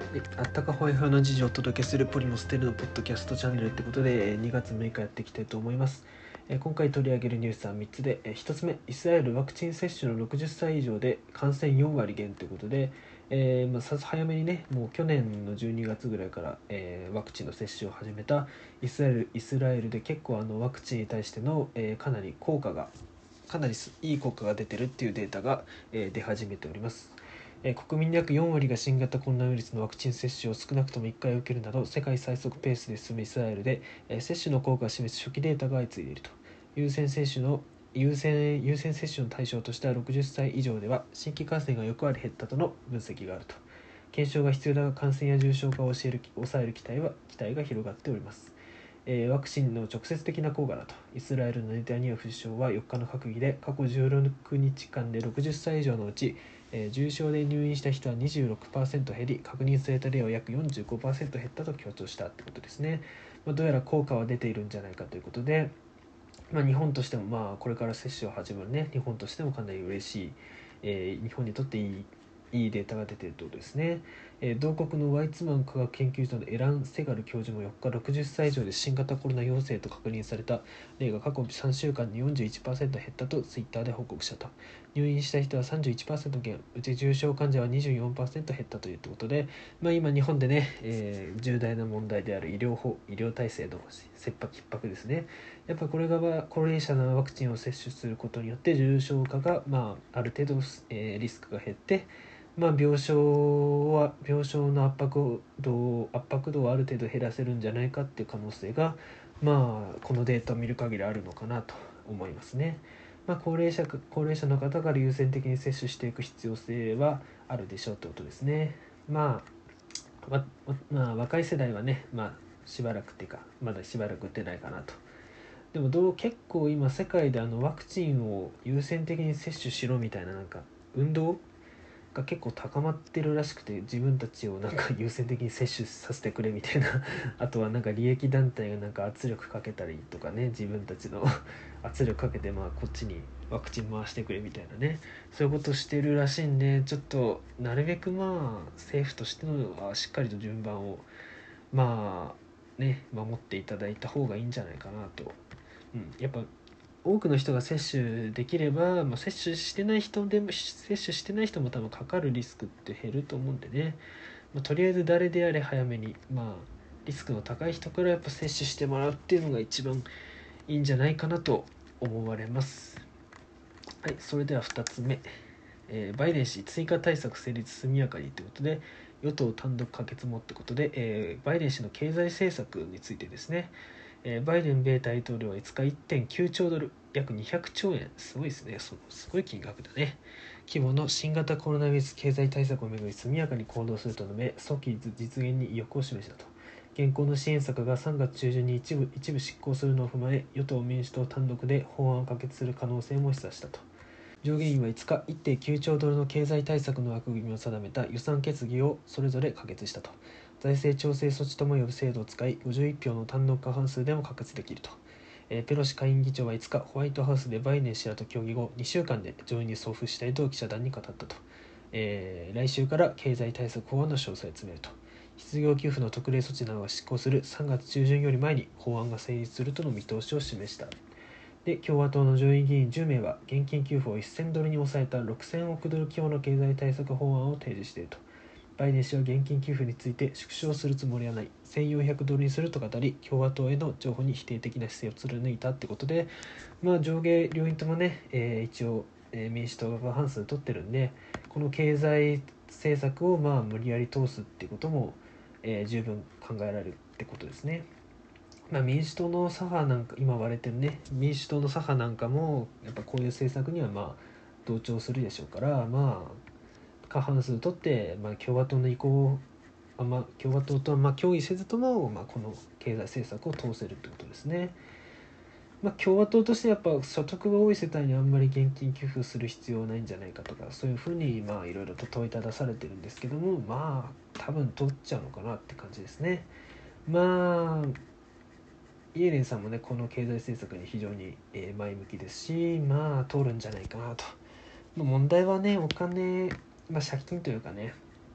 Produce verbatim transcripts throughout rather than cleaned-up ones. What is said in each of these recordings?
であったかホワイトの事情をお届けするポリモステルのポッドキャストチャンネルってことでにがつむいかやっていきたいと思います。今回取り上げるニュースはみっつで、ひとつめ、イスラエルワクチン接種のろくじゅっさい以上で感染よんわり減ということで、えーまあ、さ早めにね、もう去年のじゅうにがつぐらいから、えーワクチンの接種を始めたイスラエルイスラエルで結構あのワクチンに対しての、えーかなり効果がかなりいい効果が出てるっていうデータが、えー出始めております。えー国民の約よんわりが新型コロナウイルスのワクチン接種を少なくともいっかい受けるなど世界最速ペースで進むイスラエルで、えー接種の効果を示す初期データが相次いでいると。優先接種の優先優先接種の対象としてはろくじゅっさい以上では新規感染がよくあり減ったとの分析があると。検証が必要だが感染や重症化を教える抑える期待は期待が広がっております。えーワクチンの直接的な効果だと。イスラエルのネタニヤフ首相はよっかの閣議で過去じゅうろくにちかんでろくじゅっさい以上のうち、えー重症で入院した人は にじゅうろくパーセント 減り、確認された例は約 よんじゅうごパーセント 減ったと強調したってことですね。まあ、どうやら効果は出ているんじゃないかということで、まあ、日本としてもまあこれから接種を始めるね、日本としてもかなり嬉しい、えー日本にとっていいいいデータが出ているということですね。えー同国のワイツマン科学研究所のエラン・セガル教授もよっかろくじゅっさい以上で新型コロナ陽性と確認された例が過去さんしゅうかんに よんじゅういちパーセント 減ったとツイッターで報告したと。入院した人は さんじゅういちパーセント 減、うち重症患者は にじゅうよんパーセント 減ったということで、まあ、今日本でね、えー重大な問題である医療法医療体制の切迫逼迫ですね。やっぱこれが高齢者のワクチンを接種することによって重症化が、まあ、ある程度、えーリスクが減って、まあ、病床は病床の圧迫度圧迫度をある程度減らせるんじゃないかっていう可能性が、まあ、このデータを見る限りあるのかなと思いますね。まあ、高齢者高齢者の方から優先的に接種していく必要性はあるでしょうということですね。まあ、ままあ、若い世代はね、まあ、しばらくっていうかまだしばらく打てないかなと。でもどう結構今世界であのワクチンを優先的に接種しろみたいななんか運動が結構高まってるらしくて、自分たちをなんか優先的に接種させてくれみたいなあとはなんか利益団体がなんか圧力かけたりとかね、自分たちの圧力かけてまあこっちにワクチン回してくれみたいなね、そういうことしてるらしいんで、ちょっとなるべくまあ政府としてのはしっかりと順番をまあね守っていただいた方がいいんじゃないかなと。うん、やっぱ多くの人が接種できれば、まあ、接種してない人でも接種してない人も多分かかるリスクって減ると思うんでね、まあ、とりあえず誰であれ早めに、まあ、リスクの高い人からやっぱ接種してもらうっていうのが一番いいんじゃないかなと思われます。はい、それではふたつめ、えーバイデン氏追加対策成立速やかにということで、与党単独可決もってことで、えーバイデン氏の経済政策についてですね、えーバイデン米大統領はいつか いってんきゅうちょうドル、約にひゃくちょうえん、すごいですね、そすごい金額だね。規模の新型コロナウイルス経済対策をめぐり速やかに行動すると述べ、早期実現に意欲を示したと。現行の支援策がさんがつ中旬に一部一部執行するのを踏まえ、与党・民主党単独で法案を可決する可能性も示唆したと。上限員はいつか いってんきゅうちょうドルの経済対策の枠組みを定めた予算決議をそれぞれ可決したと。財政調整措置とも呼ぶ制度を使い、ごじゅういちひょうの単独過半数でも可決できると。えーペロシ下院議長はいつかホワイトハウスでバイデン氏らと協議後にしゅうかんで上院に送付したいと記者団に語ったと。えー来週から経済対策法案の詳細を詰めると。失業給付の特例措置などが執行するさんがつ中旬より前に法案が成立するとの見通しを示した。で、共和党の上院議員じゅうめいは現金給付をせんドルに抑えたろくせんおくドル規模の経済対策法案を提示していると。バイデン氏は現金給付について縮小するつもりはない、せんよんひゃくドルにすると語り、共和党への譲歩に否定的な姿勢を貫いたってことで、まあ、上下両院ともね、えー一応、えー民主党が過半数取ってるんで、この経済政策をまあ無理やり通すっていうことも、えー十分考えられるってことですね。まあ、民主党の左派なんか今割れてるね民主党の左派なんかもやっぱこういう政策にはまあ同調するでしょうから、まあ過半数取って、まあ、共和党の意向をあまあ、共和党とはまあ協議せずとも、まあ、この経済政策を通せるということですね。まあ、共和党としてやっぱ所得が多い世帯にあんまり現金給付する必要はないんじゃないかとか、そういうふうにまあいろいろと問いただされてるんですけども、まあ多分通っちゃうのかなって感じですね。まあイエレンさんもねこの経済政策に非常に前向きですし、まあ通るんじゃないかなと。問題はねお金、まあ、借金というかね、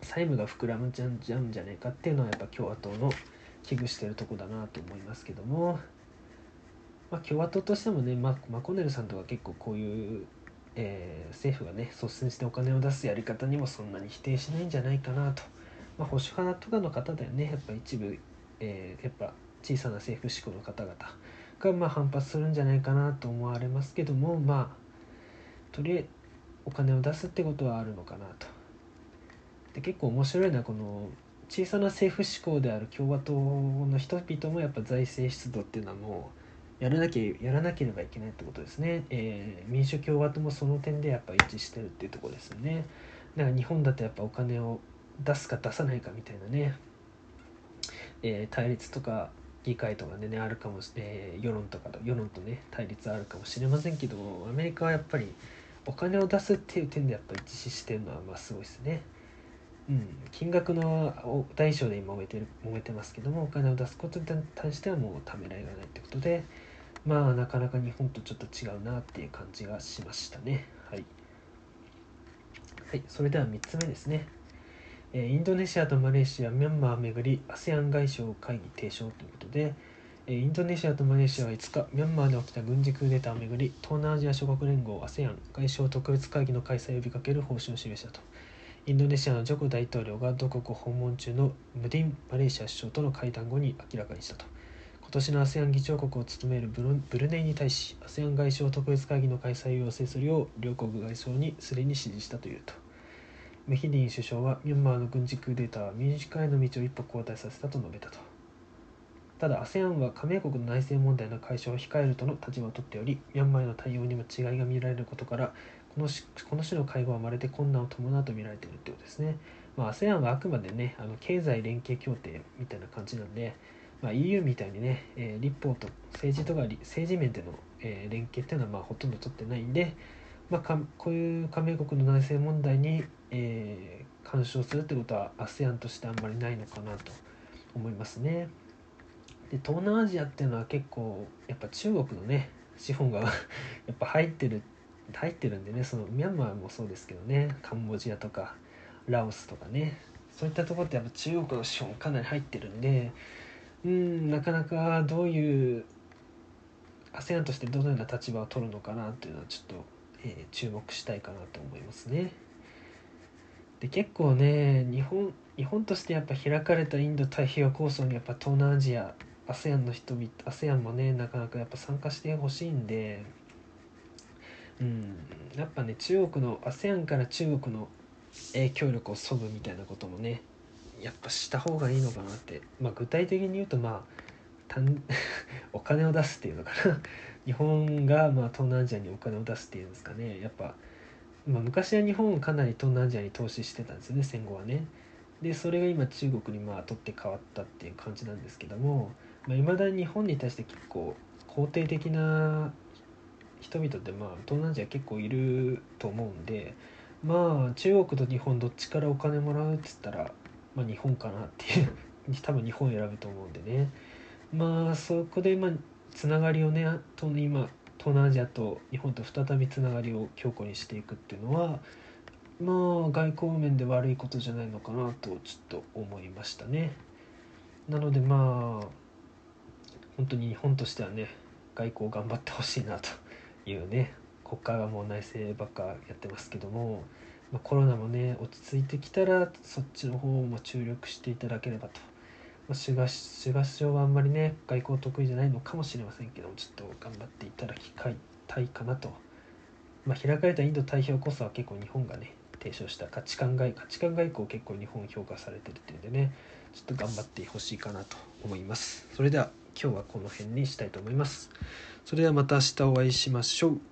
債務が膨らむんじゃんじゃうんじゃないかっていうのはやっぱ共和党の危惧してるとこだなと思いますけども、まあ、共和党としてもね、ママコネルさんとか結構こういう、えー政府がね率先してお金を出すやり方にもそんなに否定しないんじゃないかなと、まあ、保守派とかの方だよね、やっぱ一部、えーやっぱ小さな政府志向の方々がまあ反発するんじゃないかなと思われますけども、まあとりあえずお金を出すってことはあるのかなと。で結構面白いのはこの小さな政府志向である共和党の人々もやっぱ財政出動っていうのはもうやらなきゃやらなければいけないってことですね、えー、民主共和党もその点でやっぱ一致してるっていうところですよね。だから日本だとやっぱお金を出すか出さないかみたいなね、えー、対立とか議会とかでねあるかもしれない、えー、世論とかと世論とね対立あるかもしれませんけども、アメリカはやっぱりお金を出すっていう点でやっぱり一致してるのはまあすごいですね。うん、金額の大小で今揉めてる揉めてますけども、お金を出すことに対してはもうためらいがないってことで、まあなかなか日本とちょっと違うなっていう感じがしましたね。はい、はい、それではみっつめですね。えーインドネシアとマレーシア、ミャンマーをめぐり アセアン 外相会議提唱ということで、えーインドネシアとマレーシアはいつかミャンマーで起きた軍事クーデターをめぐり東南アジア諸国連合 アセアン 外相特別会議の開催を呼びかける方針を示したと。インドネシアのジョコ大統領が同国訪問中のムディン・マレーシア首相との会談後に明らかにしたと。今年の アセアン 議長国を務めるブルブルネイに対し アセアン 外相特別会議の開催を要請するよう両国外相にすでに指示したというと。メヒディン首相はミャンマーの軍事クーデターは民主化への道を一歩後退させたと述べたと。ただ アセアン は加盟国の内政問題の解消を控えるとの立場を取っており、ミャンマーへの対応にも違いが見られることからこのこの種の会合はまるで困難を伴うと見られているということですね。まあ、アセアン はあくまでねあの経済連携協定みたいな感じなんで、まあ、イーユー みたいにね、えー、立法と政治とか政治面での、えー連携っていうのはまあほとんど取ってないんで、まあ、かこういう加盟国の内政問題に、えー干渉するってことは アセアン としてあんまりないのかなと思いますね。で東南アジアっていうのは結構やっぱ中国のね資本がやっぱ入ってる入ってるんでね、そのミャンマーもそうですけどね、カンボジアとかラオスとかね、そういったところってやっぱ中国の資本かなり入ってるんで、うんなかなかどういう アセアン としてどのような立場を取るのかなっていうのはちょっと、えー注目したいかなと思いますね。で結構ね日本日本としてやっぱ開かれたインド太平洋構想にやっぱ東南アジア アセアン の人々 アセアン もねなかなかやっぱ参加してほしいんで、うんやっぱね中国の アセアン から中国の影響力を削ぐみたいなこともねやっぱした方がいいのかなって、まあ具体的に言うとまあ単お金を出すっていうのかな日本がまあ東南アジアにお金を出すっていうんですかね、やっぱまあ、昔は日本はかなり東南アジアに投資してたんですよね、戦後はね。でそれが今中国にまあ取って変わったっていう感じなんですけども、まあ、未だに日本に対して結構肯定的な人々ってまあ東南アジア結構いると思うんで、まあ中国と日本どっちからお金もらうっつったら、まあ、日本かなっていう多分日本を選ぶと思うんでね、まあそこでまあつながりをねと今東南アジアと日本と再びつながりを強固にしていくっていうのはまあ外交面で悪いことじゃないのかなとちょっと思いましたね。なのでまあ本当に日本としてはね外交頑張ってほしいなというね、国家がもう内政ばっかやってますけども、まあ、コロナもね落ち着いてきたらそっちの方も注力していただければと。まあ、菅菅首相はあんまりね外交得意じゃないのかもしれませんけども、ちょっと頑張っていただきたいかなと。まあ、開かれたインド太平洋こそは結構日本がね提唱した価値観外価値観外交結構日本評価されてるっていうんでね、ちょっと頑張ってほしいかなと思います。それでは今日はこの辺にしたいと思います。それではまた明日お会いしましょう。